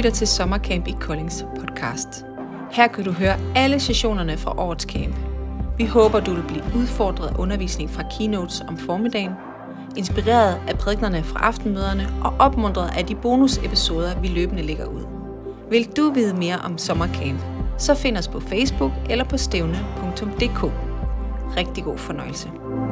lytter til Sommercamp i Koldings podcast. Her kan du høre alle sessionerne fra årets camp. Vi håber, du vil blive udfordret af undervisning fra keynotes om formiddagen, inspireret af prædiknerne fra aftenmøderne og opmuntret af de bonusepisoder, vi løbende lægger ud. Vil du vide mere om Sommercamp, så find os på Facebook eller på stævne.dk. Rigtig god fornøjelse.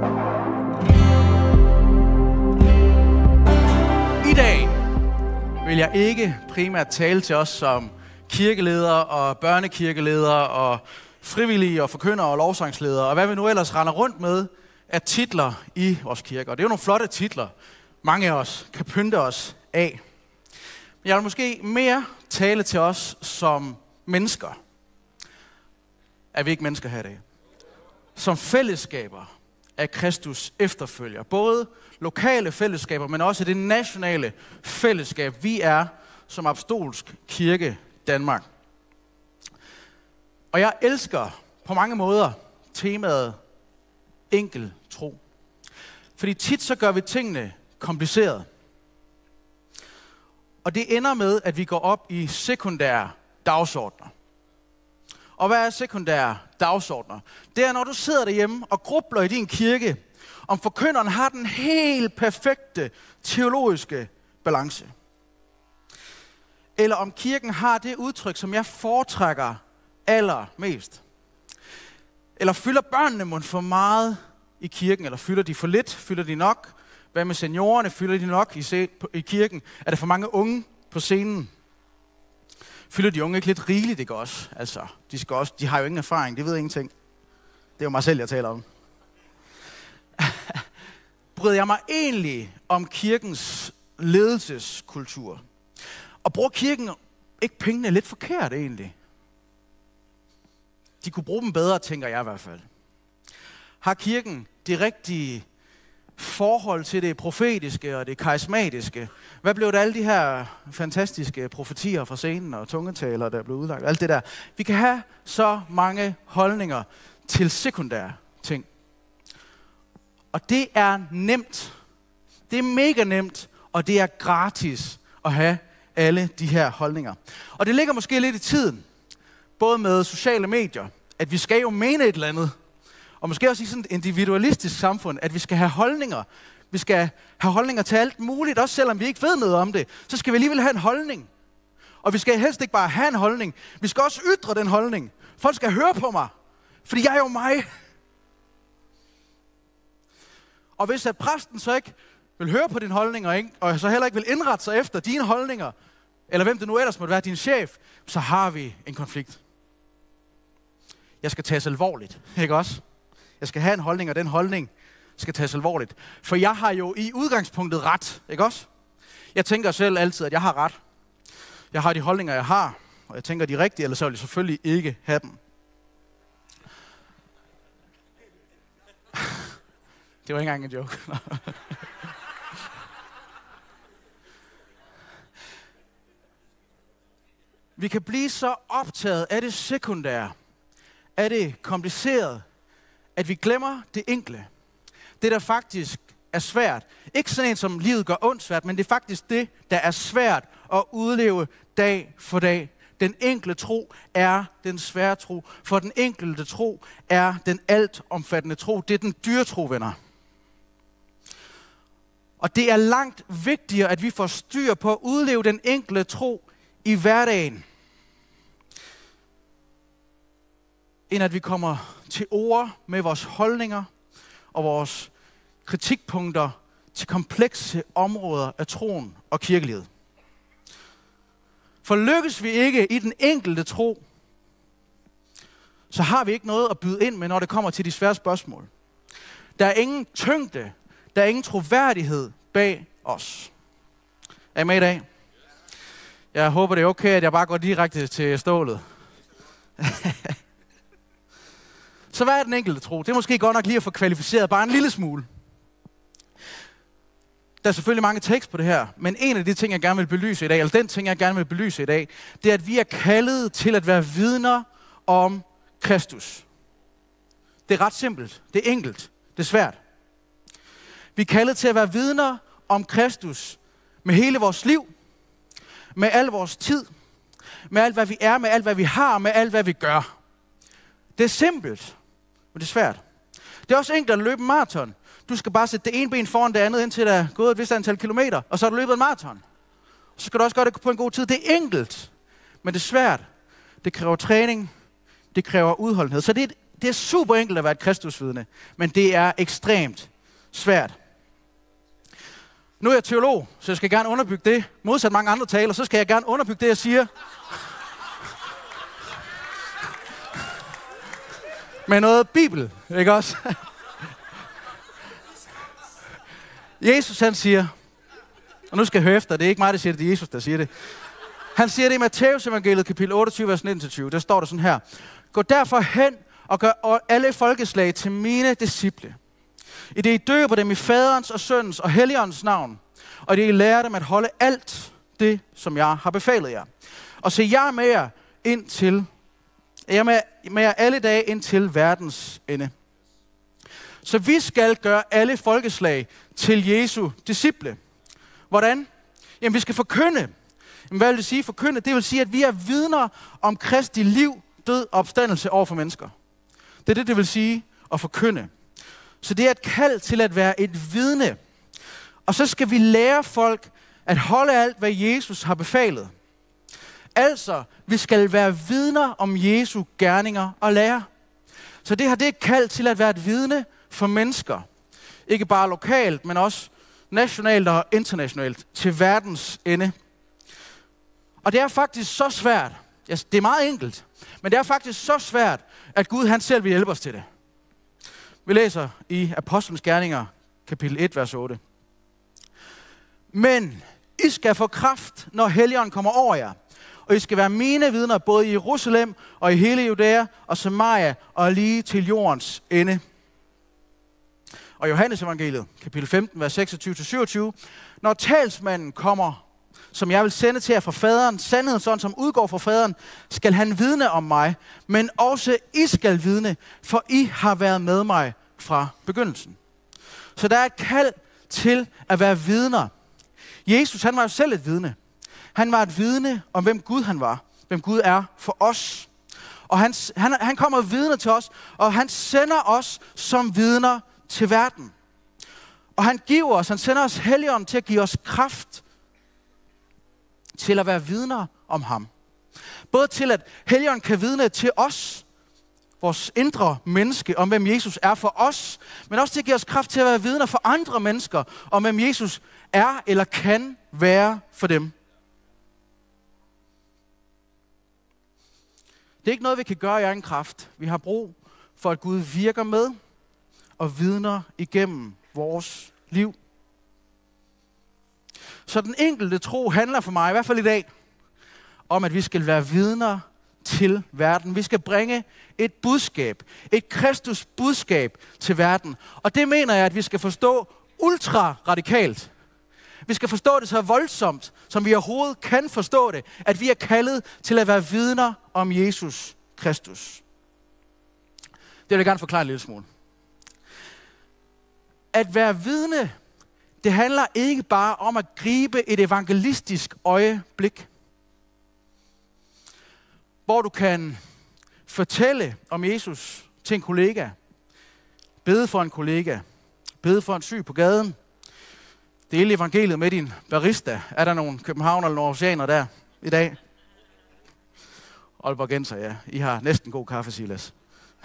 I dag vil jeg ikke primært tale til os som kirkeledere og børnekirkeledere og frivillige og forkyndere og lovsangsledere, og hvad vi nu ellers render rundt med af titler i vores kirke. Og det er jo nogle flotte titler, mange af os kan pynte os af. Men jeg vil måske mere tale til os som mennesker. Er vi ikke mennesker her i dag? Som fællesskaber af Kristus efterfølger. Både lokale fællesskaber, men også det nationale fællesskab, vi er som apostolsk kirke Danmark. Og jeg elsker på mange måder temaet enkel tro. Fordi tit så gør vi tingene kompliceret. Og det ender med, at vi går op i sekundære dagsordner. Og hvad er sekundære dagsordner? Det er, når du sidder derhjemme og grubler i din kirke, om forkynderen har den helt perfekte teologiske balance. Eller om kirken har det udtryk, som jeg foretrækker allermest. Eller fylder børnene mon for meget i kirken? Eller fylder de for lidt? Fylder de nok? Hvad med seniorerne? Fylder de nok i kirken? Er der for mange unge på scenen? Fylder de unge ikke lidt rigeligt, ikke også? Altså, de har jo ingen erfaring, de ved ingenting. Det er jo mig selv, jeg taler om. Bryder jeg mig egentlig om kirkens ledelseskultur? Og bruger kirken ikke pengene lidt forkert egentlig? De kunne bruge dem bedre, tænker jeg i hvert fald. Har kirken det rigtige forhold til det profetiske og det karismatiske? Hvad blev det alle de her fantastiske profetier fra scenen og tungetaler, der blev udlagt? Alt det der. Vi kan have så mange holdninger til sekundære ting. Og det er nemt. Det er mega nemt, og det er gratis at have alle de her holdninger. Og det ligger måske lidt i tiden, både med sociale medier, at vi skal jo mene et eller andet, og måske også i sådan et individualistisk samfund, at vi skal have holdninger. Vi skal have holdninger til alt muligt, også selvom vi ikke ved noget om det. Så skal vi alligevel have en holdning. Og vi skal helst ikke bare have en holdning. Vi skal også ytre den holdning. Folk skal høre på mig, fordi jeg er jo mig. Og hvis at præsten så ikke vil høre på dine holdninger, og så heller ikke vil indrette sig efter dine holdninger, eller hvem det nu ellers måtte være, din chef, så har vi en konflikt. Jeg skal tages alvorligt, ikke også? Jeg skal have en holdning, og den holdning skal tages alvorligt. For jeg har jo i udgangspunktet ret, ikke også? Jeg tænker selv altid, at jeg har ret. Jeg har de holdninger, jeg har, og jeg tænker, de er rigtige, eller så vil jeg selvfølgelig ikke have dem. Det var ikke engang en joke. Vi kan blive så optaget af det sekundære, af det komplicerede, at vi glemmer det enkle. Det, der faktisk er svært. Ikke sådan en, som livet gør ondt svært, men det er faktisk det, der er svært at udleve dag for dag. Den enkle tro er den svære tro, for den enkelte tro er den altomfattende tro. Det er den dyre tro, venner. Og det er langt vigtigere, at vi får styr på at udleve den enkle tro i hverdagen, end at vi kommer til ord med vores holdninger og vores kritikpunkter til komplekse områder af troen og kirkelivet. For lykkes vi ikke i den enkelte tro, så har vi ikke noget at byde ind med, når det kommer til de svære spørgsmål. Der er ingen tyngde, der er ingen troværdighed bag os. Er I med i dag? Jeg håber, det er okay, at jeg bare går direkte til stålet. Så hvad er den enkelte tro? Det er måske godt nok lige at få kvalificeret bare en lille smule. Der er selvfølgelig mange tekster på det her, men en af de ting, jeg gerne vil belyse i dag, eller den ting, jeg gerne vil belyse i dag, det er, at vi er kaldet til at være vidner om Kristus. Det er ret simpelt. Det er enkelt. Det er svært. Vi er kaldet til at være vidner om Kristus med hele vores liv, med al vores tid, med alt hvad vi er, med alt hvad vi har, med alt hvad vi gør. Det er simpelt, men det er svært. Det er også enkelt at løbe en maraton. Du skal bare sætte det ene ben foran det andet, indtil der er gået et vist antal kilometer, og så har du løbet en maraton. Så skal du også gøre det på en god tid. Det er enkelt, men det er svært. Det kræver træning, det kræver udholdenhed. Så det er super enkelt at være et kristusvidne, men det er ekstremt svært. Nu er jeg teolog, så jeg skal gerne underbygge det. Modsat mange andre taler, så skal jeg gerne underbygge det, jeg siger. Med noget Bibel, ikke også? Jesus han siger, og nu skal jeg høre efter, det er ikke mig, der siger det, det er Jesus, der siger det. Han siger det i Matthæus evangeliet, kapitel 28, vers 19-20. Der står der sådan her. Gå derfor hen og gør alle folkeslag til mine disciple. I det I døber dem i faderens og søndens og helligåndens navn, og det I lærer dem at holde alt det, som jeg har befalet jer. Og se jeg med jer med jer alle dage indtil verdens ende. Så vi skal gøre alle folkeslag til Jesu disciple. Hvordan? Jamen vi skal forkynde. Jamen, hvad vil det sige forkynde? Det vil sige, at vi er vidner om Kristi liv, død og opstandelse over for mennesker. Det er det vil sige at forkynde. Så det er et kald til at være et vidne. Og så skal vi lære folk at holde alt, hvad Jesus har befalet. Altså, vi skal være vidner om Jesu gerninger og lære. Så det her, det er et kald til at være et vidne for mennesker. Ikke bare lokalt, men også nationalt og internationalt til verdens ende. Og det er faktisk så svært. Det er meget enkelt, men det er faktisk så svært, at Gud han selv vil hjælpe os til det. Vi læser i Apostlenes Gerninger, kapitel 1, vers 8. Men I skal få kraft, når Helligånden kommer over jer. Og I skal være mine vidner både i Jerusalem og i hele Judæa og Samaria og lige til jordens ende. Og Johannes evangeliet, kapitel 15, vers 26-27. Når talsmanden kommer, som jeg vil sende til jer fra faderen, sandheden sådan som udgår fra faderen, skal han vidne om mig, men også I skal vidne, for I har været med mig fra begyndelsen. Så der er et kald til at være vidner. Jesus, han var jo selv et vidne. Han var et vidne om, hvem Gud han var, hvem Gud er for os. Og han kommer vidner til os, og han sender os som vidner til verden. Og han sender os Helligånden til at give os kraft til at være vidner om ham. Både til at Helligånden kan vidne til os, vores indre menneske, om hvem Jesus er for os, men også til at give os kraft til at være vidner for andre mennesker, om hvem Jesus er eller kan være for dem. Det er ikke noget, vi kan gøre i egen kraft. Vi har brug for, at Gud virker med og vidner igennem vores liv. Så den enkelte tro handler for mig, i hvert fald i dag, om at vi skal være vidner til verden. Vi skal bringe et budskab, et Kristus budskab til verden. Og det mener jeg, at vi skal forstå ultra radikalt. Vi skal forstå det så voldsomt, som vi overhovedet kan forstå det, at vi er kaldet til at være vidner om Jesus Kristus. Det vil jeg gerne forklare en lille smule. At være vidne, det handler ikke bare om at gribe et evangelistisk øjeblik, hvor du kan fortælle om Jesus til en kollega, bede for en kollega, bede for en syg på gaden, dele evangeliet med din barista. Er der nogen københavner eller aarhusianer der i dag? Aalborgenser, ja. I har næsten god kaffe, Silas.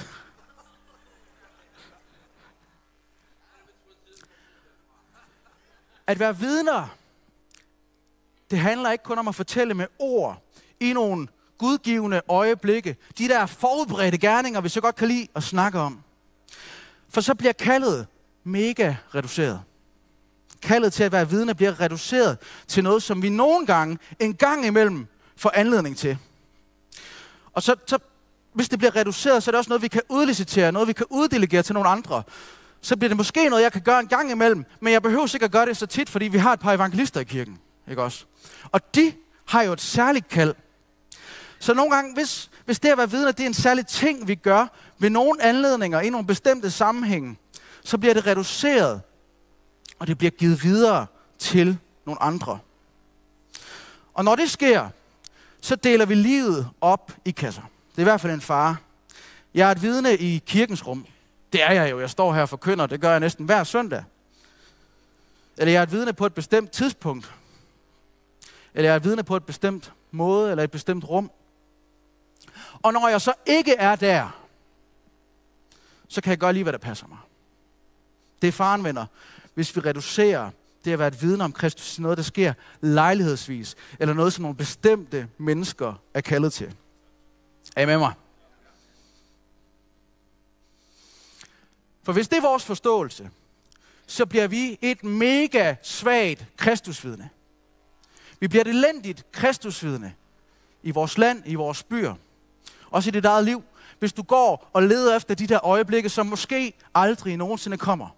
At være vidner, det handler ikke kun om at fortælle med ord i nogle gudgivende øjeblikke. De der forberedte gerninger, vi så godt kan lide at snakke om. For så bliver kaldet mega reduceret. Kaldet til at være vidne bliver reduceret til noget, som vi nogle gange, en gang imellem, får anledning til. Og så hvis det bliver reduceret, så er det også noget, vi kan udlicitere, noget vi kan uddelegere til nogle andre. Så bliver det måske noget, jeg kan gøre en gang imellem, men jeg behøver sikkert gøre det så tit, fordi vi har et par evangelister i kirken. Ikke også? Og de har jo et særligt kald. Så nogle gange, hvis det at være vidne, det er en særlig ting, vi gør ved nogle anledninger, i nogle bestemte sammenhænge, så bliver det reduceret, og det bliver givet videre til nogle andre. Og når det sker, så deler vi livet op i kasser. Det er i hvert fald en fare. Jeg er et vidne i kirkens rum. Det er jeg jo. Jeg står her og forkynder. Det gør jeg næsten hver søndag. Eller jeg er et vidne på et bestemt tidspunkt. Eller jeg er et vidne på et bestemt måde, eller et bestemt rum. Og når jeg så ikke er der, så kan jeg gøre lige, hvad der passer mig. Det er faren, venner, hvis vi reducerer det at være et vidne om Kristus til noget, der sker lejlighedsvis, eller noget, som nogle bestemte mennesker er kaldet til. Er I med mig? For hvis det er vores forståelse, så bliver vi et mega svagt Kristusvidne. Vi bliver et elendigt Kristusvidne i vores land, i vores byer, også i dit eget liv, hvis du går og leder efter de der øjeblikke, som måske aldrig nogensinde kommer.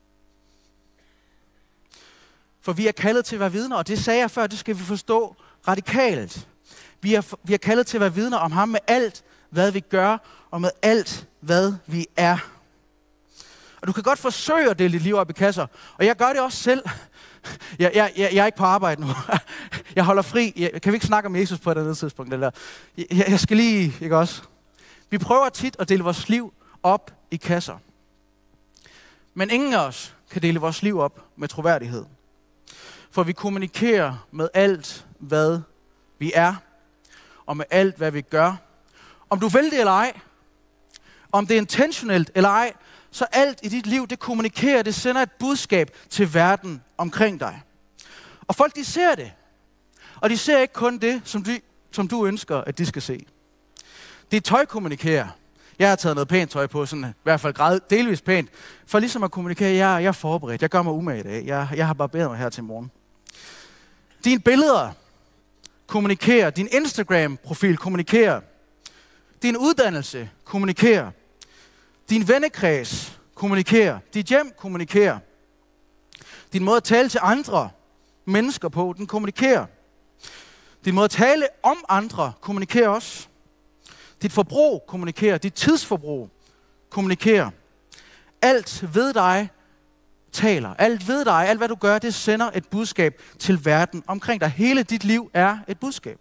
For vi er kaldet til at være vidner, og det sagde jeg før, det skal vi forstå radikalt. Vi er kaldet til at være vidner om ham med alt, hvad vi gør, og med alt, hvad vi er. Og du kan godt forsøge at dele dit liv op i kasser, og jeg gør det også selv. Jeg er ikke på arbejde nu. Jeg holder fri. Kan vi ikke snakke om Jesus på et andet tidspunkt? Eller? Jeg skal lige, ikke også? Vi prøver tit at dele vores liv op i kasser. Men ingen af os kan dele vores liv op med troværdighed. For vi kommunikerer med alt, hvad vi er, og med alt, hvad vi gør. Om du vil det eller ej, om det er intentionelt eller ej, så alt i dit liv, det kommunikerer, det sender et budskab til verden omkring dig. Og folk, de ser det. Og de ser ikke kun det, som du ønsker, at de skal se. Det tøj kommunikerer. Jeg har taget noget pænt tøj på, sådan, i hvert fald delvis pænt, for ligesom at kommunikere, jeg er forberedt, jeg gør mig umage i dag, jeg har barberet mig her til morgen. Dine billeder kommunikerer, din Instagram-profil kommunikerer, din uddannelse kommunikerer, din vennekreds kommunikerer, dit hjem kommunikerer, din måde at tale til andre mennesker på, den kommunikerer. Din måde at tale om andre kommunikerer også. Dit forbrug kommunikerer, dit tidsforbrug kommunikerer. Alt ved dig taler. Alt ved dig, alt hvad du gør, det sender et budskab til verden omkring dig. Hele dit liv er et budskab.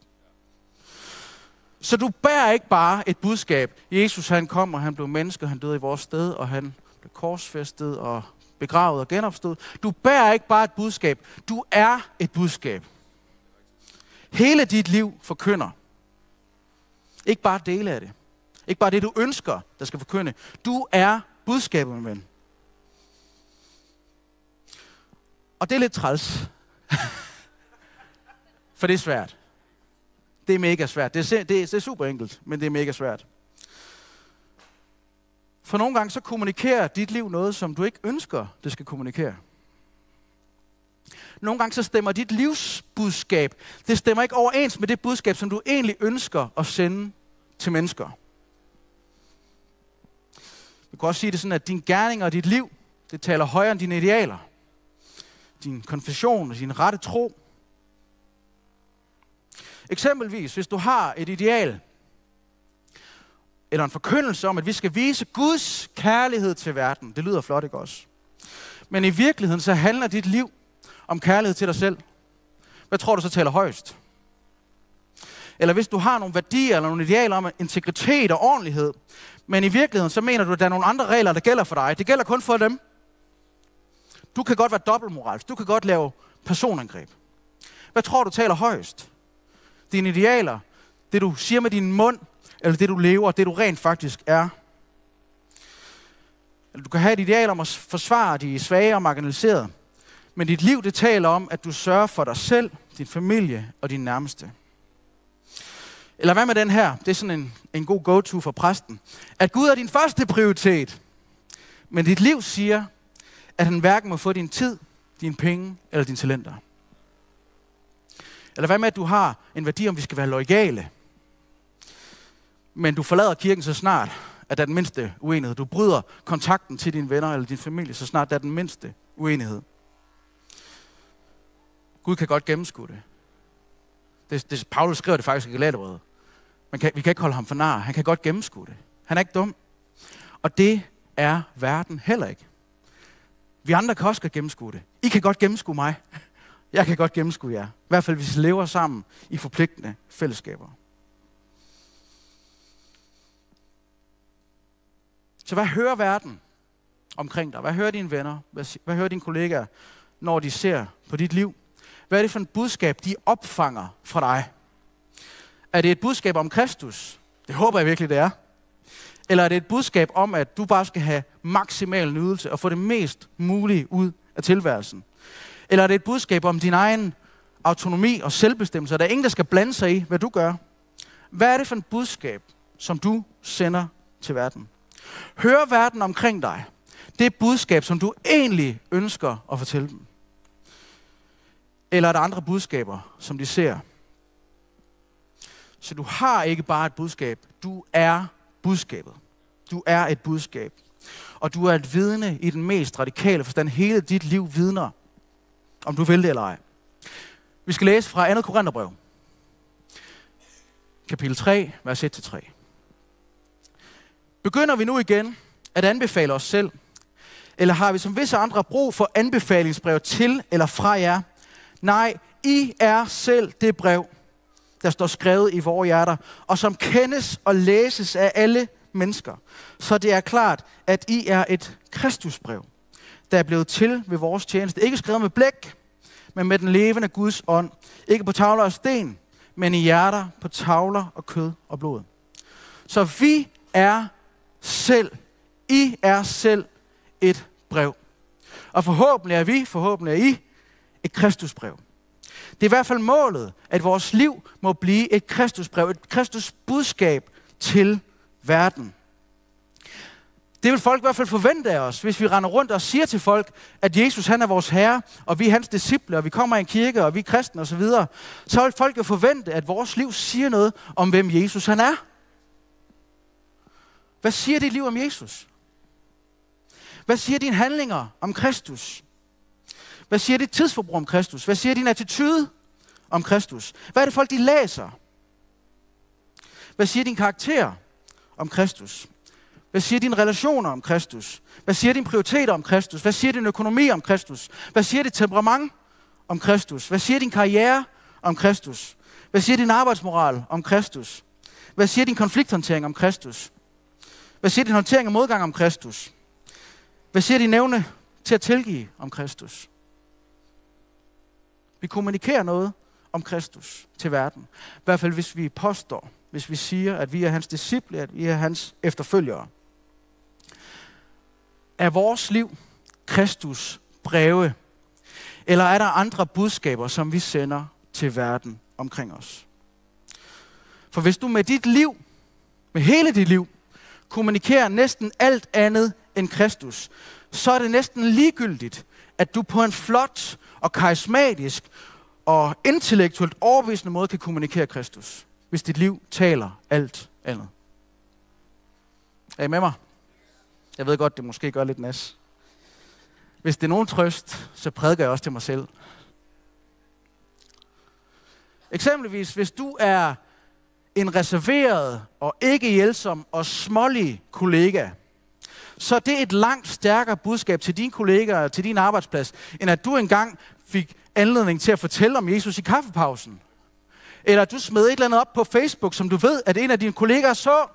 Så du bærer ikke bare et budskab. Jesus han kom, og han blev menneske, han døde i vores sted, og han blev korsfæstet og begravet og genopstået. Du bærer ikke bare et budskab. Du er et budskab. Hele dit liv forkynder. Ikke bare dele af det. Ikke bare det, du ønsker, der skal forkynde. Du er budskabet, min ven. Og det er lidt træls. For det er svært. Det er mega svært. Det er super enkelt, men det er mega svært. For nogle gange så kommunikerer dit liv noget, som du ikke ønsker, det skal kommunikere. Nogle gange så stemmer dit livsbudskab, det stemmer ikke overens med det budskab, som du egentlig ønsker at sende til mennesker. Vi kan også sige det sådan, at din gerning og dit liv, det taler højere end dine idealer. Din konfession og din rette tro. Eksempelvis, hvis du har et ideal, eller en forkyndelse om, at vi skal vise Guds kærlighed til verden. Det lyder flot, ikke også? Men i virkeligheden, så handler dit liv om kærlighed til dig selv. Hvad tror du så taler højst? Eller hvis du har nogle værdier eller nogle idealer om integritet og ordentlighed, men i virkeligheden, så mener du, at der er nogle andre regler, der gælder for dig. Det gælder kun for dem. Du kan godt være dobbeltmoralsk. Du kan godt lave personangreb. Hvad tror du taler højst? Dine idealer, det du siger med din mund, eller det du lever, det du rent faktisk er. Eller du kan have et ideal om at forsvare de svage og marginaliserede, men dit liv, det taler om, at du sørger for dig selv, din familie og din nærmeste. Eller hvad med den her? Det er sådan en god go-to for præsten. At Gud er din første prioritet, men dit liv siger, at han hverken må få din tid, dine penge eller dine talenter. Eller hvad med, at du har en værdi om, vi skal være loyale, men du forlader kirken så snart, at der er den mindste uenighed. Du bryder kontakten til dine venner eller din familie, så snart der er den mindste uenighed. Gud kan godt gennemskue det. Paulus skriver det faktisk i Galaterbrevet. Vi kan ikke holde ham for nar. Han kan godt gennemskue det. Han er ikke dum. Og det er verden heller ikke. Vi andre kan også godt gennemskue det. I kan godt gennemskue mig. Jeg kan godt gennemskue jer. I hvert fald, hvis vi lever sammen i forpligtende fællesskaber. Så hvad hører verden omkring dig? Hvad hører dine venner? Hvad hører dine kollegaer, når de ser på dit liv? Hvad er det for et budskab, de opfanger fra dig? Er det et budskab om Kristus? Det håber jeg virkelig, det er. Eller er det et budskab om, at du bare skal have maksimal nydelse og få det mest mulige ud af tilværelsen? Eller er det et budskab om din egen autonomi og selvbestemmelse, og der er ingen, der skal blande sig i, hvad du gør? Hvad er det for et budskab, som du sender til verden? Hører verden omkring dig det budskab, som du egentlig ønsker at fortælle dem? Eller er der andre budskaber, som de ser? Så du har ikke bare et budskab, du er budskabet. Du er et budskab. Og du er et vidne i den mest radikale forstand. Hele dit liv vidner, om du vil det eller ej. Vi skal læse fra 2. Korintherbrev. Kapitel 3, vers 1-3. Begynder vi nu igen at anbefale os selv? Eller har vi som visse andre brug for anbefalingsbrev til eller fra jer? Nej, I er selv det brev, der står skrevet i vores hjerter, og som kendes og læses af alle mennesker. Så det er klart, at I er et Kristusbrev, der er blevet til ved vores tjeneste. Ikke skrevet med blæk, men med den levende Guds ånd. Ikke på tavler og sten, men i hjerter, på tavler og kød og blod. Så vi er selv, I er selv et brev. Og forhåbentlig er I et Kristusbrev. Det er i hvert fald målet, at vores liv må blive et Kristusbrev, et Kristusbudskab til verden. Det vil folk i hvert fald forvente af os, hvis vi render rundt og siger til folk, at Jesus han er vores herre, og vi er hans disciple, og vi kommer i en kirke, og vi er kristne osv. Så vil folk jo forvente, at vores liv siger noget om, hvem Jesus han er. Hvad siger dit liv om Jesus? Hvad siger dine handlinger om Kristus? Hvad siger dit tidsforbrug om Kristus? Hvad siger din attitude om Kristus? Hvad er det folk, de læser? Hvad siger din karakter om Kristus? Hvad siger dine relationer om Kristus? Hvad siger dine prioriteter om Kristus? Hvad siger din økonomi om Kristus? Hvad siger dit temperament om Kristus? Hvad siger din karriere om Kristus? Hvad siger din arbejdsmoral om Kristus? Hvad siger din konflikthåndtering om Kristus? Hvad siger din håndtering af modgang om Kristus? Hvad siger din evne til at tilgive om Kristus? Vi kommunikerer noget om Kristus til verden. I hvert fald hvis vi påstår, hvis vi siger, at vi er hans disciple, at vi er hans efterfølgere. Er vores liv Kristus breve? Eller er der andre budskaber, som vi sender til verden omkring os? For hvis du med dit liv, med hele dit liv, kommunikerer næsten alt andet end Kristus, så er det næsten ligegyldigt, at du på en flot og karismatisk og intellektuelt overbevisende måde kan kommunikere Kristus, hvis dit liv taler alt andet. Er I med mig? Jeg ved godt, det måske gør lidt nas. Hvis det er nogen trøst, så prædiker jeg også til mig selv. Eksempelvis, hvis du er en reserveret og ikke hjælpsom og smålig kollega, så det er et langt stærkere budskab til dine kollegaer og til din arbejdsplads, end at du engang fik anledning til at fortælle om Jesus i kaffepausen. Eller at du smed et eller andet op på Facebook, som du ved, at en af dine kollegaer så.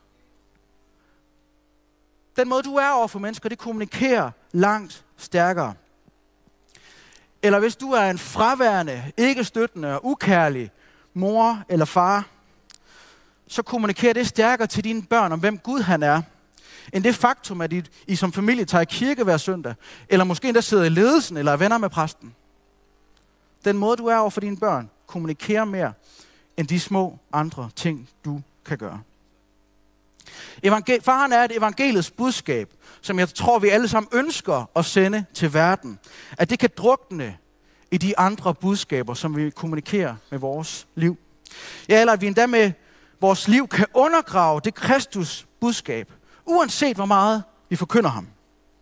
Den måde, du er over for mennesker, det kommunikerer langt stærkere. Eller hvis du er en fraværende, ikke støttende og ukærlig mor eller far, så kommunikerer det stærkere til dine børn om, hvem Gud han er, end det faktum, at I som familie tager i kirke hver søndag, eller måske endda sidder i ledelsen eller er venner med præsten. Den måde, du er over for dine børn, kommunikerer mere end de små andre ting, du kan gøre. Faren er et evangeliets budskab, som jeg tror, vi alle sammen ønsker at sende til verden. At det kan drukne i de andre budskaber, som vi kommunikerer med vores liv. Ja, eller at vi endda med vores liv kan undergrave det Kristus budskab, uanset hvor meget vi forkynder ham.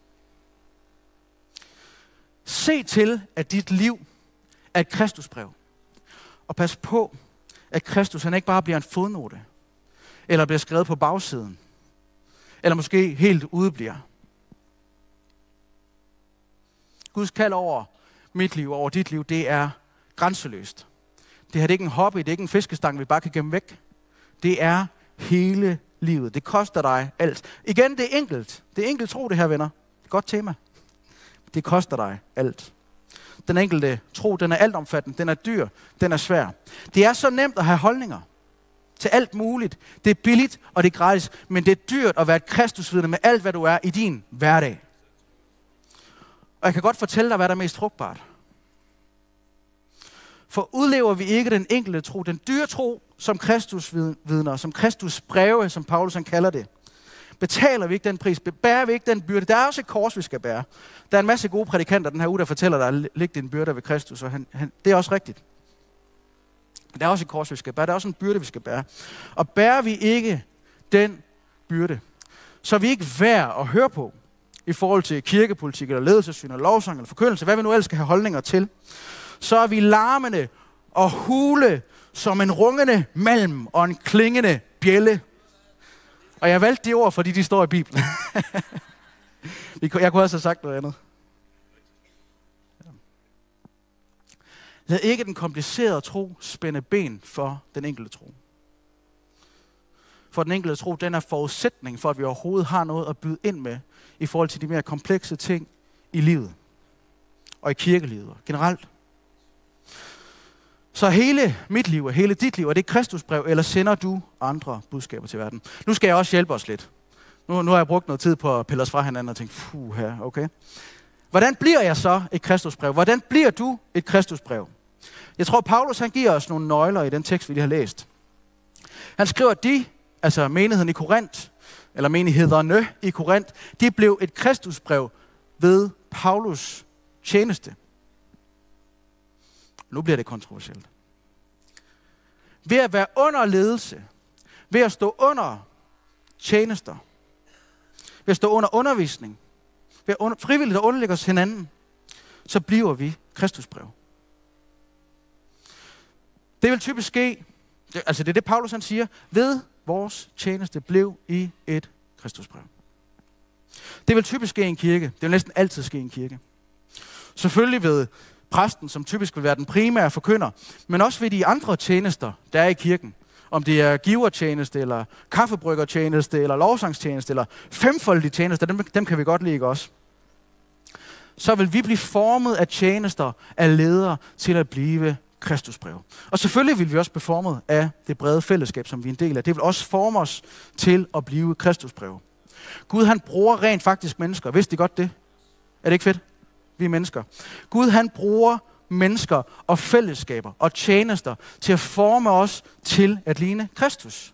Se til, at dit liv er et Kristusbrev. Og pas på, at Kristus han ikke bare bliver en fodnote, eller bliver skrevet på bagsiden, eller måske helt udebliver. Guds kald over mit liv og over dit liv, det er grænseløst. Det her det er ikke en hobby, det er ikke en fiskestang, vi bare kan gemme væk. Det er hele livet. Det koster dig alt. Igen, det er enkelt. Det er enkelt tro, det her, venner. Godt tema. Det koster dig alt. Den enkelte tro, den er altomfattende, den er dyr, den er svær. Det er så nemt at have holdninger til alt muligt. Det er billigt, og det er gratis, men det er dyrt at være et kristusvidne med alt, hvad du er i din hverdag. Og jeg kan godt fortælle dig, hvad der er mest frugtbart. For udlever vi ikke den enkelte tro, den dyre tro, som kristusvidner, som kristusbreve, som Paulus han kalder det, betaler vi ikke den pris, bærer vi ikke den byrde. Der er også et kors, vi skal bære. Der er en masse gode prædikanter den her uge, der fortæller dig, at lægge din byrde ved Kristus, og det er også rigtigt. Der er også et kors, vi skal bære. Der er også en byrde, vi skal bære. Og bærer vi ikke den byrde, så er vi ikke værd at høre på i forhold til kirkepolitik, eller ledelsessyn, eller lovsang, eller forkyndelse, hvad vi nu ellers skal have holdninger til. Så er vi larmende og hule som en rungende malm og en klingende bjælde. Og jeg valgte de ord, fordi de står i Bibelen. Jeg kunne også have sagt noget andet. Lad ikke den komplicerede tro spænde ben for den enkelte tro. For den enkelte tro, den er forudsætning for, at vi overhovedet har noget at byde ind med i forhold til de mere komplekse ting i livet. Og i kirkelivet generelt. Så hele mit liv og hele dit liv, er det Kristusbrev, eller sender du andre budskaber til verden? Nu skal jeg også hjælpe os lidt. Nu har jeg brugt noget tid på at pille os fra hinanden og tænkt, okay. Hvordan bliver jeg så et Kristusbrev? Hvordan bliver du et Kristusbrev? Jeg tror, Paulus han giver os nogle nøgler i den tekst, vi lige har læst. Han skriver, at altså menigheden i Korinth, eller menighederne i Korinth, de blev et Kristusbrev ved Paulus tjeneste. Nu bliver det kontroversielt. Ved at være under ledelse, ved at stå under tjenester, ved at stå under undervisning, ved at frivilligt at underlægge os hinanden, så bliver vi Kristusbrev. Det vil typisk ske, det er det Paulus han siger, ved vores tjeneste blev i et Kristusbrev. Det vil typisk ske i en kirke. Det vil næsten altid ske i en kirke. Selvfølgelig ved præsten, som typisk vil være den primære forkynder, men også ved de andre tjenester, der er i kirken. Om det er givertjeneste, eller kaffebryggertjeneste, eller lovsangstjeneste, eller femfoldige tjenester, dem kan vi godt lide også. Så vil vi blive formet af tjenester, af ledere, til at blive Kristusbrev. Og selvfølgelig vil vi også blive formet af det brede fællesskab, som vi er en del af. Det vil også forme os til at blive Kristusbrev. Gud han bruger rent faktisk mennesker. Vidste I godt det? Er det ikke fedt? Vi er mennesker. Gud han bruger mennesker og fællesskaber og tjenester til at forme os til at ligne Kristus.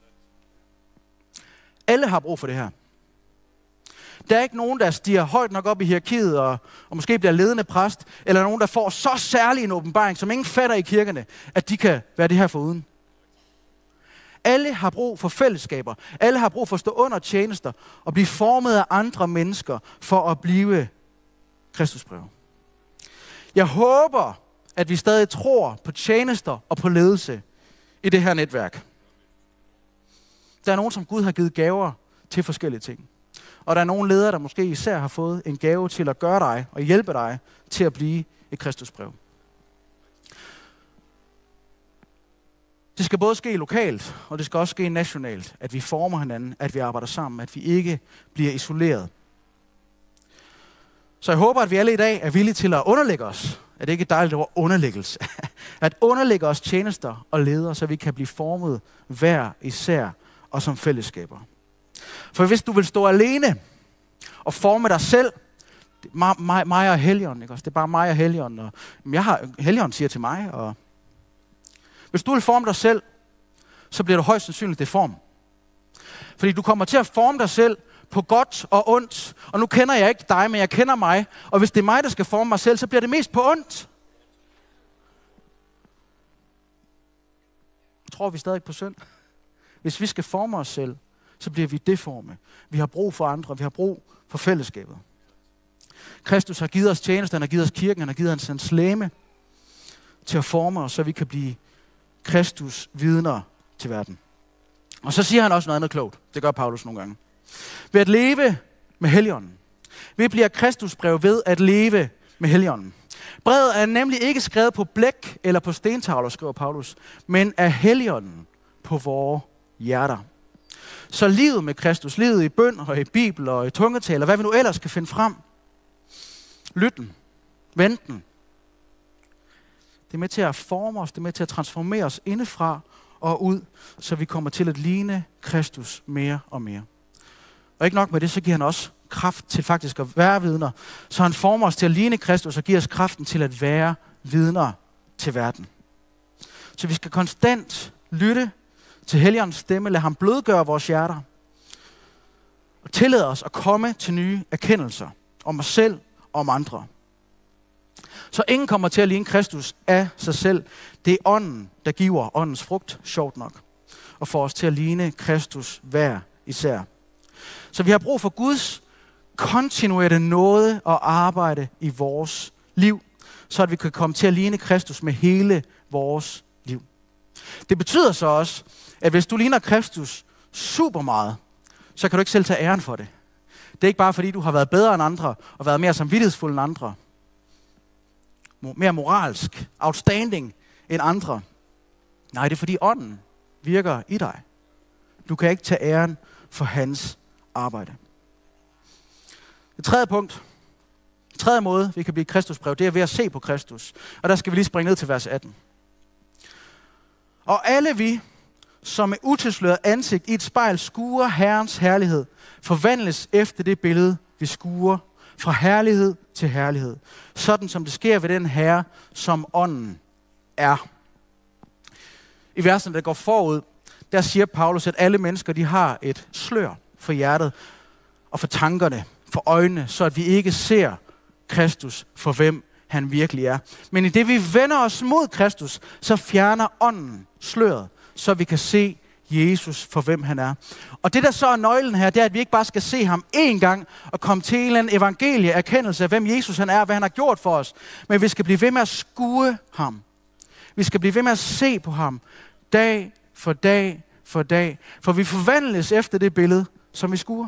Alle har brug for det her. Der er ikke nogen, der stiger højt nok op i hierarkiet og måske bliver ledende præst, eller nogen, der får så særlig en åbenbaring, som ingen fatter i kirkerne, at de kan være det her foruden. Alle har brug for fællesskaber. Alle har brug for at stå under tjenester og blive formet af andre mennesker for at blive Kristusbrev. Jeg håber, at vi stadig tror på tjenester og på ledelse i det her netværk. Der er nogen, som Gud har givet gaver til forskellige ting. Og der er nogle ledere, der måske især har fået en gave til at gøre dig og hjælpe dig til at blive et Kristusbrev. Det skal både ske lokalt, og det skal også ske nationalt, at vi former hinanden, at vi arbejder sammen, at vi ikke bliver isoleret. Så jeg håber, at vi alle i dag er villige til at underlægge os. Er det ikke et dejligt ord? Underlæggelse. At underlægge os tjenester og ledere, så vi kan blive formet hver især og som fællesskaber. For hvis du vil stå alene og forme dig selv, det er mig og Helligånden, ikke også? Det er bare mig og Helligånden. Og Helligånden siger til mig. Og hvis du vil forme dig selv, så bliver du højst sandsynligt deform. Fordi du kommer til at forme dig selv på godt og ondt. Og nu kender jeg ikke dig, men jeg kender mig. Og hvis det er mig, der skal forme mig selv, så bliver det mest på ondt. Tror vi stadig på synd? Hvis vi skal forme os selv, så bliver vi deforme. Vi har brug for andre, vi har brug for fællesskabet. Kristus har givet os tjeneste, han har givet os kirken, han har givet os hans legeme til at forme os, så vi kan blive Kristus vidner til verden. Og så siger han også noget andet klogt. Det gør Paulus nogle gange. Ved at leve med Helligånden. Vi bliver Kristusbrev ved at leve med Helligånden. Brevet er nemlig ikke skrevet på blæk eller på stentavler, skriver Paulus, men af Helligånden på vores hjerter. Så livet med Kristus, livet i bøn og i Bibel og i tungetale, hvad vi nu ellers skal finde frem, lytten, venten, det er med til at forme os, det er med til at transformere os indefra og ud, så vi kommer til at ligne Kristus mere og mere. Og ikke nok med det, så giver han også kraft til faktisk at være vidner. Så han former os til at ligne Kristus og giver os kraften til at være vidner til verden. Så vi skal konstant lytte til Helligåndens stemme, lad ham blødgøre vores hjerter og tillade os at komme til nye erkendelser om os selv og om andre. Så ingen kommer til at ligne Kristus af sig selv. Det er ånden, der giver åndens frugt, sjovt nok, og får os til at ligne Kristus hver især. Så vi har brug for Guds kontinuerlige nåde og arbejde i vores liv, så at vi kan komme til at ligne Kristus med hele vores liv. Det betyder så også, at hvis du ligner Kristus super meget, så kan du ikke selv tage æren for det. Det er ikke bare fordi, du har været bedre end andre, og været mere samvittighedsfuld end andre, mere moralsk, outstanding end andre. Nej, det er fordi ånden virker i dig. Du kan ikke tage æren for hans arbejde. Det tredje punkt, tredje måde, vi kan blive Kristusbrev, det er ved at se på Kristus. Og der skal vi lige springe ned til vers 18. Og alle vi, som med utilsløret ansigt i et spejl skuer Herrens herlighed, forvandles efter det billede, vi skuer, fra herlighed til herlighed. Sådan som det sker ved den Herre, som ånden er. I versen, der går forud, der siger Paulus, at alle mennesker, de har et slør for hjertet og for tankerne, for øjnene, så at vi ikke ser Kristus for hvem han virkelig er. Men i det vi vender os mod Kristus, så fjerner ånden sløret, så vi kan se Jesus for hvem han er. Og det der så er nøglen her, det er, at vi ikke bare skal se ham én gang og komme til en eller anden evangelieerkendelse af hvem Jesus han er, hvad han har gjort for os. Men vi skal blive ved med at skue ham. Vi skal blive ved med at se på ham dag for dag for dag. For vi forvandles efter det billede, som vi skuer.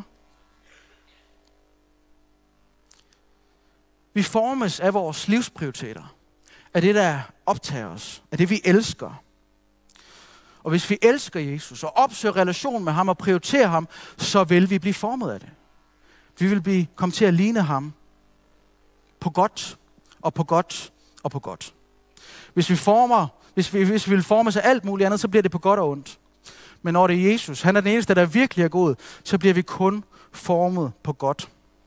Vi formes af vores livsprioriteter, af det, der optager os, af det, vi elsker. Og hvis vi elsker Jesus og opsøger relation med ham og prioriterer ham, så vil vi blive formet af det. Vi vil komme til at ligne ham på godt og på godt og på godt. Hvis vi vil formes af alt muligt andet, så bliver det på godt og ondt. Men når det er Jesus, han er den eneste, der virkelig er god, så bliver vi kun formet på godt.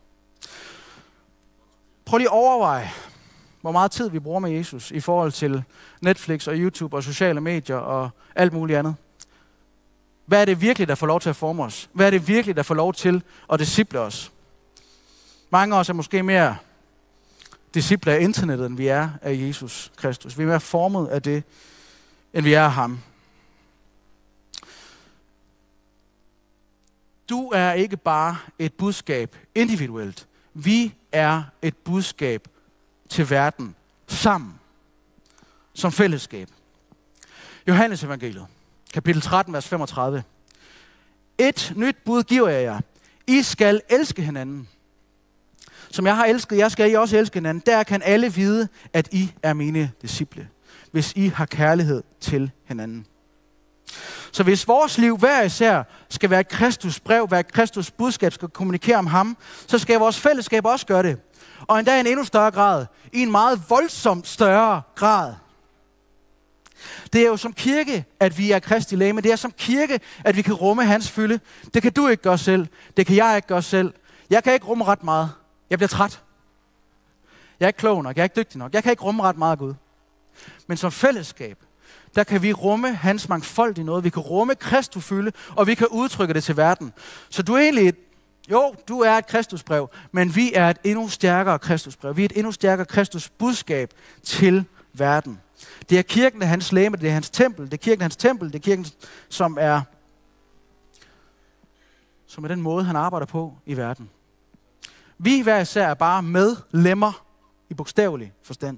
Prøv lige at overveje, hvor meget tid vi bruger med Jesus i forhold til Netflix og YouTube og sociale medier og alt muligt andet. Hvad er det virkelig, der får lov til at forme os? Hvad er det virkelig, der får lov til at disciple os? Mange af os er måske mere disciple af internettet, end vi er af Jesus Kristus. Vi er mere formet af det, end vi er af ham. Du er ikke bare et budskab individuelt. Vi er et budskab til verden sammen, som fællesskab. Johannes evangeliet, kapitel 13, vers 35. Et nyt bud giver jeg jer. I skal elske hinanden. Som jeg har elsket jer, skal I også elske hinanden. Der kan alle vide, at I er mine disciple, hvis I har kærlighed til hinanden. Så hvis vores liv hver især skal være et Kristus brev, være et Kristus budskab, skal kommunikere om ham, så skal vores fællesskab også gøre det. Og endda i en endnu større grad. I en meget voldsomt større grad. Det er jo som kirke, at vi er Kristi legeme. Det er som kirke, at vi kan rumme hans fylde. Det kan du ikke gøre selv. Det kan jeg ikke gøre selv. Jeg kan ikke rumme ret meget. Jeg bliver træt. Jeg er ikke klog nok. Jeg er ikke dygtig nok. Jeg kan ikke rumme ret meget Gud. Men som fællesskab, der kan vi rumme hans mangfoldige noget. Vi kan rumme Kristi fylde, og vi kan udtrykke det til verden. Så du er egentlig du er et Kristusbrev, men vi er et endnu stærkere Kristusbrev. Vi er et endnu stærkere Kristus budskab til verden. Det er kirken, der er hans legeme, det er hans tempel, det er kirken, hans tempel, det er kirken, som er den måde, han arbejder på i verden. Vi hver især er bare medlemmer i bogstavelig forstand.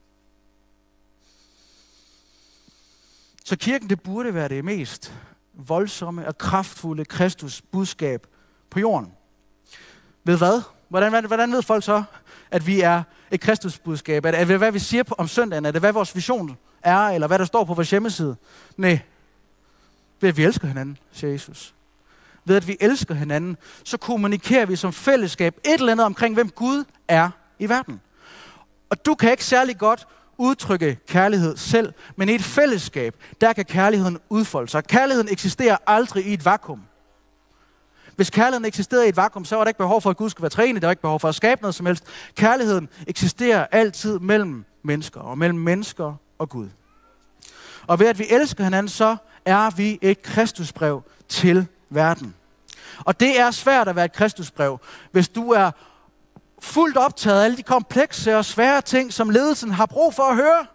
Så kirken, det burde være det mest voldsomme og kraftfulde Kristus budskab på jorden. Ved hvad? Hvordan ved folk så, at vi er et kristusbudskab? Er det, hvad vi siger om søndagen? Er det, hvad vores vision er, eller hvad der står på vores hjemmeside? Nej. Ved at vi elsker hinanden, siger Jesus. Ved at vi elsker hinanden, så kommunikerer vi som fællesskab et eller andet omkring, hvem Gud er i verden. Og du kan ikke særlig godt udtrykke kærlighed selv, men i et fællesskab, der kan kærligheden udfolde sig. Kærligheden eksisterer aldrig i et vakuum. Hvis kærligheden eksisterede i et vakuum, så var der ikke behov for, at Gud skulle være treenig. Der var ikke behov for at skabe noget som helst. Kærligheden eksisterer altid mellem mennesker, og mellem mennesker og Gud. Og ved at vi elsker hinanden, så er vi et Kristusbrev til verden. Og det er svært at være et Kristusbrev, hvis du er fuldt optaget af alle de komplekse og svære ting, som ledelsen har brug for at høre.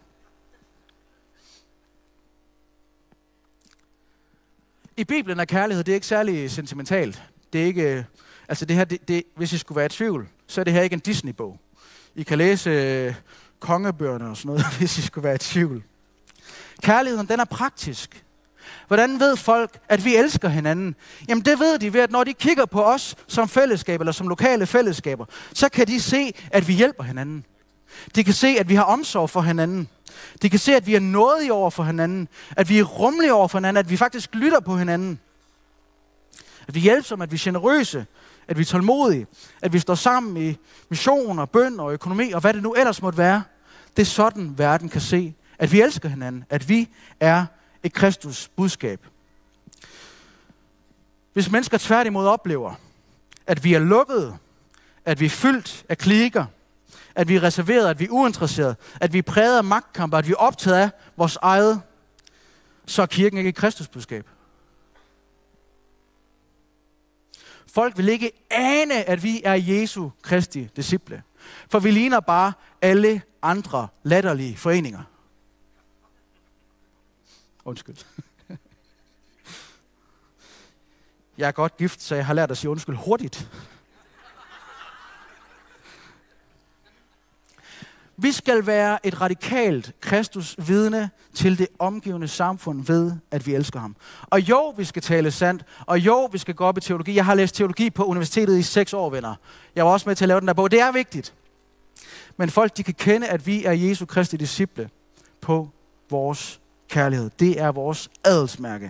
I Bibelen er kærlighed, det er ikke særlig sentimentalt. Det er ikke, altså det her, hvis I skulle være i tvivl, så er det her ikke en Disney-bog. I kan læse kongebøgerne og sådan noget, hvis I skulle være i tvivl. Kærligheden, den er praktisk. Hvordan ved folk, at vi elsker hinanden? Jamen det ved de ved, at når de kigger på os som fællesskab, eller som lokale fællesskaber, så kan de se, at vi hjælper hinanden. De kan se, at vi har omsorg for hinanden. De kan se, at vi er nådige over for hinanden. At vi er rummelige over for hinanden. At vi faktisk lytter på hinanden. At vi hjælpsomme, at vi er generøse. At vi er tålmodige. At vi står sammen i mission og bøn og økonomi og hvad det nu ellers måtte være. Det er sådan, verden kan se, at vi elsker hinanden. At vi er et Kristus budskab. Hvis mennesker tværtimod oplever, at vi er lukkede, at vi er fyldt af klikker, at vi er reserveret, at vi er uinteresserede, at vi er præget af magtkamper, at vi er optaget af vores eget, så er kirken ikke et Kristusbudskab. Folk vil ikke ane, at vi er Jesu Kristi disciple, for vi ligner bare alle andre latterlige foreninger. Undskyld. Jeg er godt gift, så jeg har lært at sige undskyld hurtigt. Vi skal være et radikalt Kristus-vidne til det omgivende samfund ved, at vi elsker ham. Og jo, vi skal tale sandt, og jo, vi skal gå op i teologi. Jeg har læst teologi på universitetet i 6 år, venner. Jeg var også med til at lave den der bog. Det er vigtigt. Men folk, de kan kende, at vi er Jesu Kristi disciple på vores kærlighed. Det er vores adelsmærke.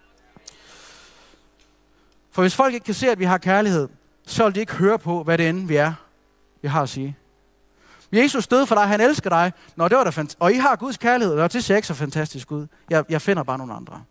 For hvis folk ikke kan se, at vi har kærlighed, så vil de ikke høre på, hvad det end vi har at sige. Jesus døde for dig, han elsker dig. Nå, det var da fantastisk. Og I har Guds kærlighed, og det ser ikke så fantastisk ud. Jeg finder bare nogle andre.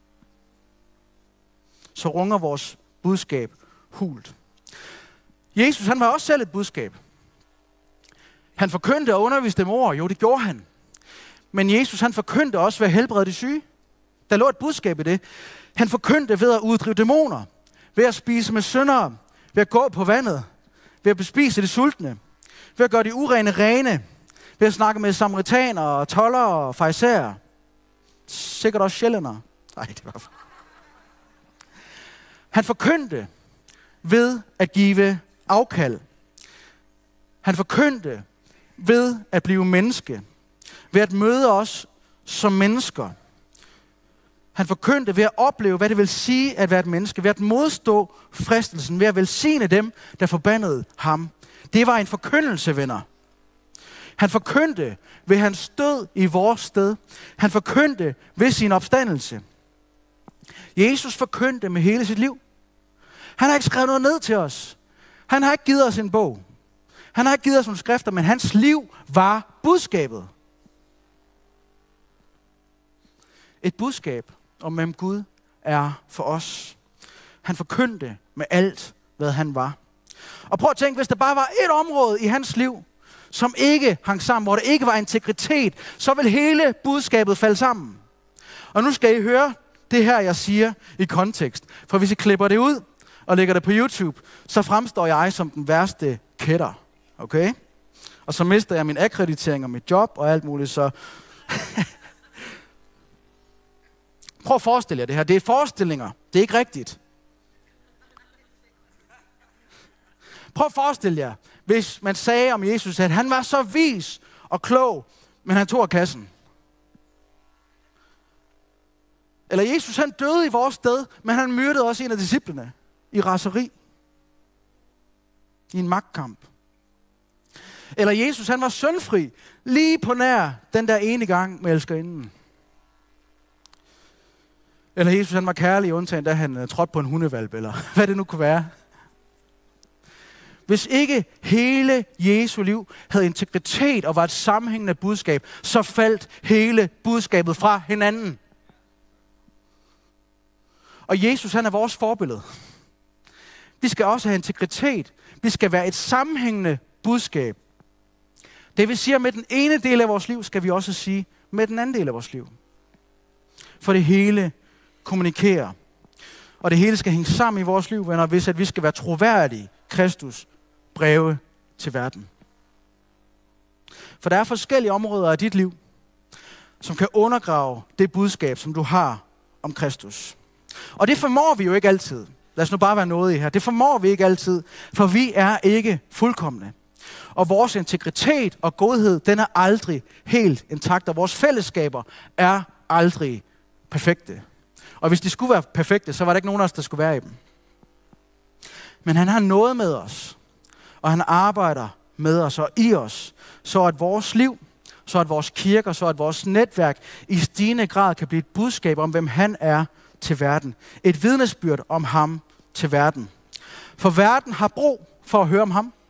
Så runger vores budskab hult. Jesus, han var også selv et budskab. Han forkyndte og underviste dem ord. Jo, det gjorde han. Men Jesus, han forkyndte også ved at helbrede de syge. Der lå et budskab i det. Han forkyndte ved at uddrive dæmoner. Ved at spise med syndere. Ved at gå på vandet. Ved at bespise de sultne. Ved at gøre de urene rene. Ved at snakke med samaritanere, toldere og farisæere. Sikkert også sjællændere. Nej, det var... Han forkyndte ved at give afkald. Han forkyndte ved at blive menneske. Ved at møde os som mennesker. Han forkyndte ved at opleve, hvad det vil sige at være et menneske. Ved at modstå fristelsen. Ved at velsigne dem, der forbandede ham. Det var en forkyndelse, venner. Han forkyndte ved hans død i vores sted. Han forkyndte ved sin opstandelse. Jesus forkyndte med hele sit liv. Han har ikke skrevet noget ned til os. Han har ikke givet os en bog. Han har ikke givet os nogle skrifter, men hans liv var budskabet. Et budskab om, hvem Gud er for os. Han forkyndte med alt, hvad han var. Og prøv at tænke, hvis der bare var et område i hans liv, som ikke hang sammen, hvor der ikke var integritet, så vil hele budskabet falde sammen. Og nu skal I høre det her, jeg siger i kontekst. For hvis I klipper det ud og lægger det på YouTube, så fremstår jeg som den værste kætter. Okay? Og så mister jeg min akkreditering og mit job og alt muligt, så... Prøv at forestille jer det her. Det er forestillinger. Det er ikke rigtigt. Prøv at forestille jer, hvis man sagde om Jesus, at han var så vis og klog, men han tog af kassen. Eller Jesus, han døde i vores sted, men han myrdede også en af disciplene i raseri. I en magtkamp. Eller Jesus, han var syndfri, lige på nær den der ene gang med elskerinden. Eller Jesus, han var kærlig, undtagen da han trådte på en hundehvalp, eller hvad det nu kunne være. Hvis ikke hele Jesu liv havde integritet og var et sammenhængende budskab, så faldt hele budskabet fra hinanden. Og Jesus, han er vores forbillede. Vi skal også have integritet. Vi skal være et sammenhængende budskab. Det vil sige, at med den ene del af vores liv, skal vi også sige med den anden del af vores liv. For det hele kommunikerer. Og det hele skal hænge sammen i vores liv, venner, hvis at vi skal være troværdige Kristus breve til verden. For der er forskellige områder af dit liv, som kan undergrave det budskab, som du har om Kristus. Og det formår vi jo ikke altid. Lad os nu bare være noget i her. Det formår vi ikke altid, for vi er ikke fuldkomne. Og vores integritet og godhed, den er aldrig helt intakt, og vores fællesskaber er aldrig perfekte. Og hvis de skulle være perfekte, så var der ikke nogen af os, der skulle være i dem. Men han har noget med os, og han arbejder med os og i os, så at vores liv, så at vores kirker, så at vores netværk i stigende grad kan blive et budskab om, hvem han er til verden. Et vidnesbyrd om ham til verden. For verden har brug for at høre om ham.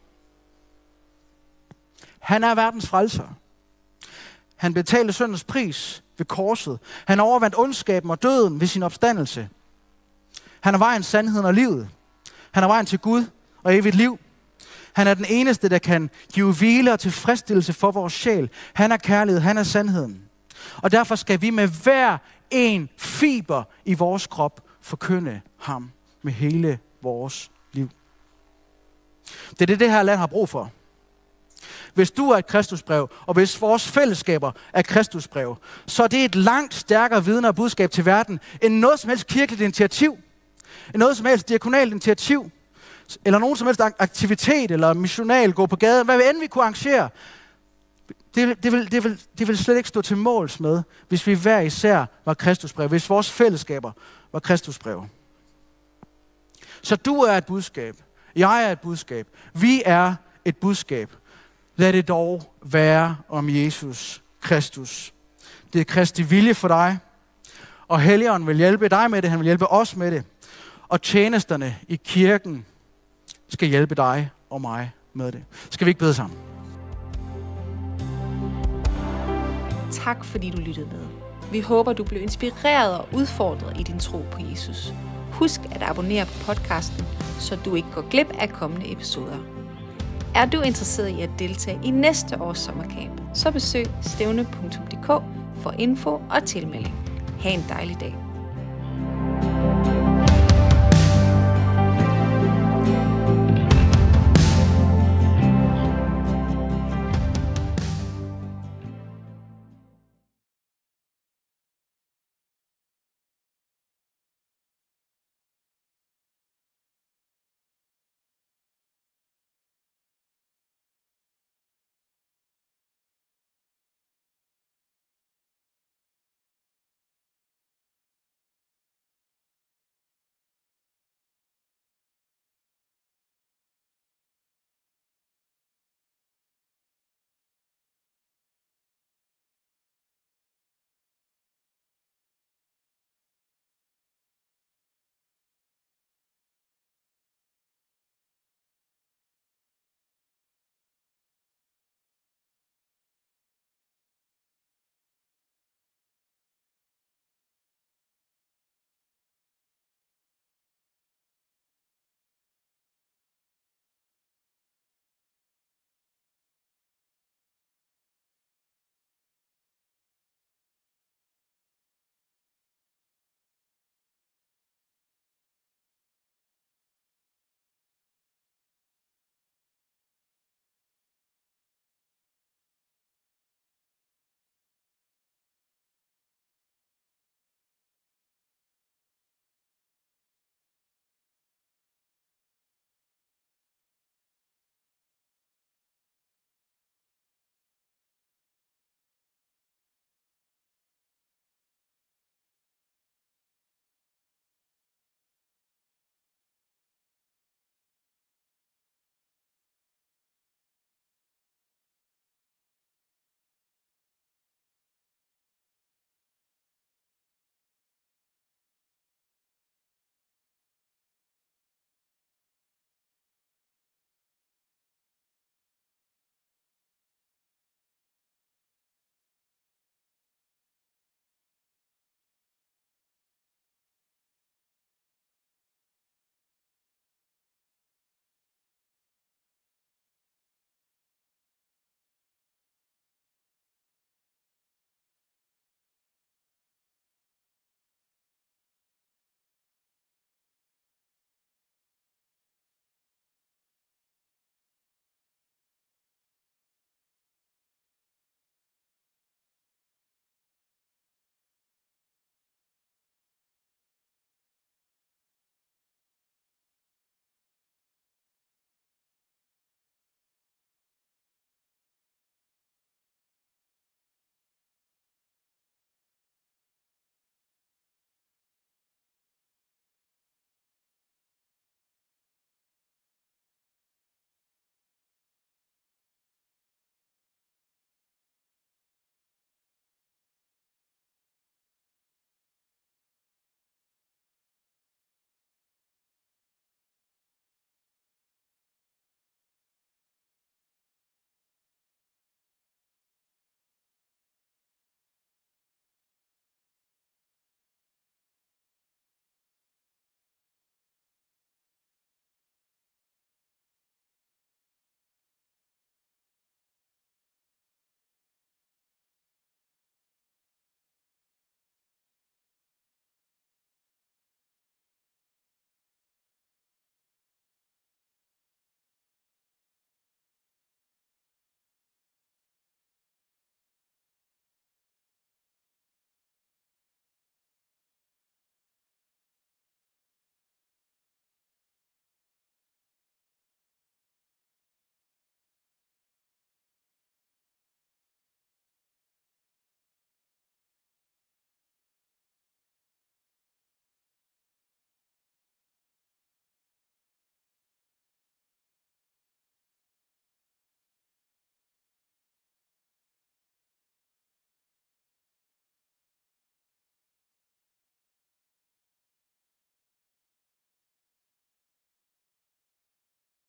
Han er verdens frelser. Han betalte syndens pris ved korset. Han overvandt ondskaben og døden ved sin opstandelse. Han er vejen, sandheden og livet. Han er vejen til Gud og evigt liv. Han er den eneste, der kan give hvile og tilfredsstillelse for vores sjæl. Han er kærlighed, han er sandheden. Og derfor skal vi med hver en fiber i vores krop forkynde ham med hele vores liv. Det er det her land har brug for. Hvis du er et Kristusbrev, og hvis vores fællesskaber er Kristusbrev, så er det et langt stærkere vidne og budskab til verden, end noget som helst kirkeligt initiativ, end noget som helst diakonalt initiativ, eller nogen som helst aktivitet, eller missional, gå på gaden, hvad end vi kunne arrangere. Det vil slet ikke stå til måls med, hvis vi hver især var Kristusbrev, hvis vores fællesskaber var Kristusbrev. Så du er et budskab, jeg er et budskab, vi er et budskab. Lad det dog være om Jesus Kristus. Det er Kristi vilje for dig, og Helligånden vil hjælpe dig med det, han vil hjælpe os med det. Og tjenesterne i kirken skal hjælpe dig og mig med det. Skal vi ikke bede sammen? Tak fordi du lyttede med. Vi håber, du blev inspireret og udfordret i din tro på Jesus. Husk at abonnere på podcasten, så du ikke går glip af kommende episoder. Er du interesseret i at deltage i næste års sommercamp, så besøg stævne.dk for info og tilmelding. Ha' en dejlig dag.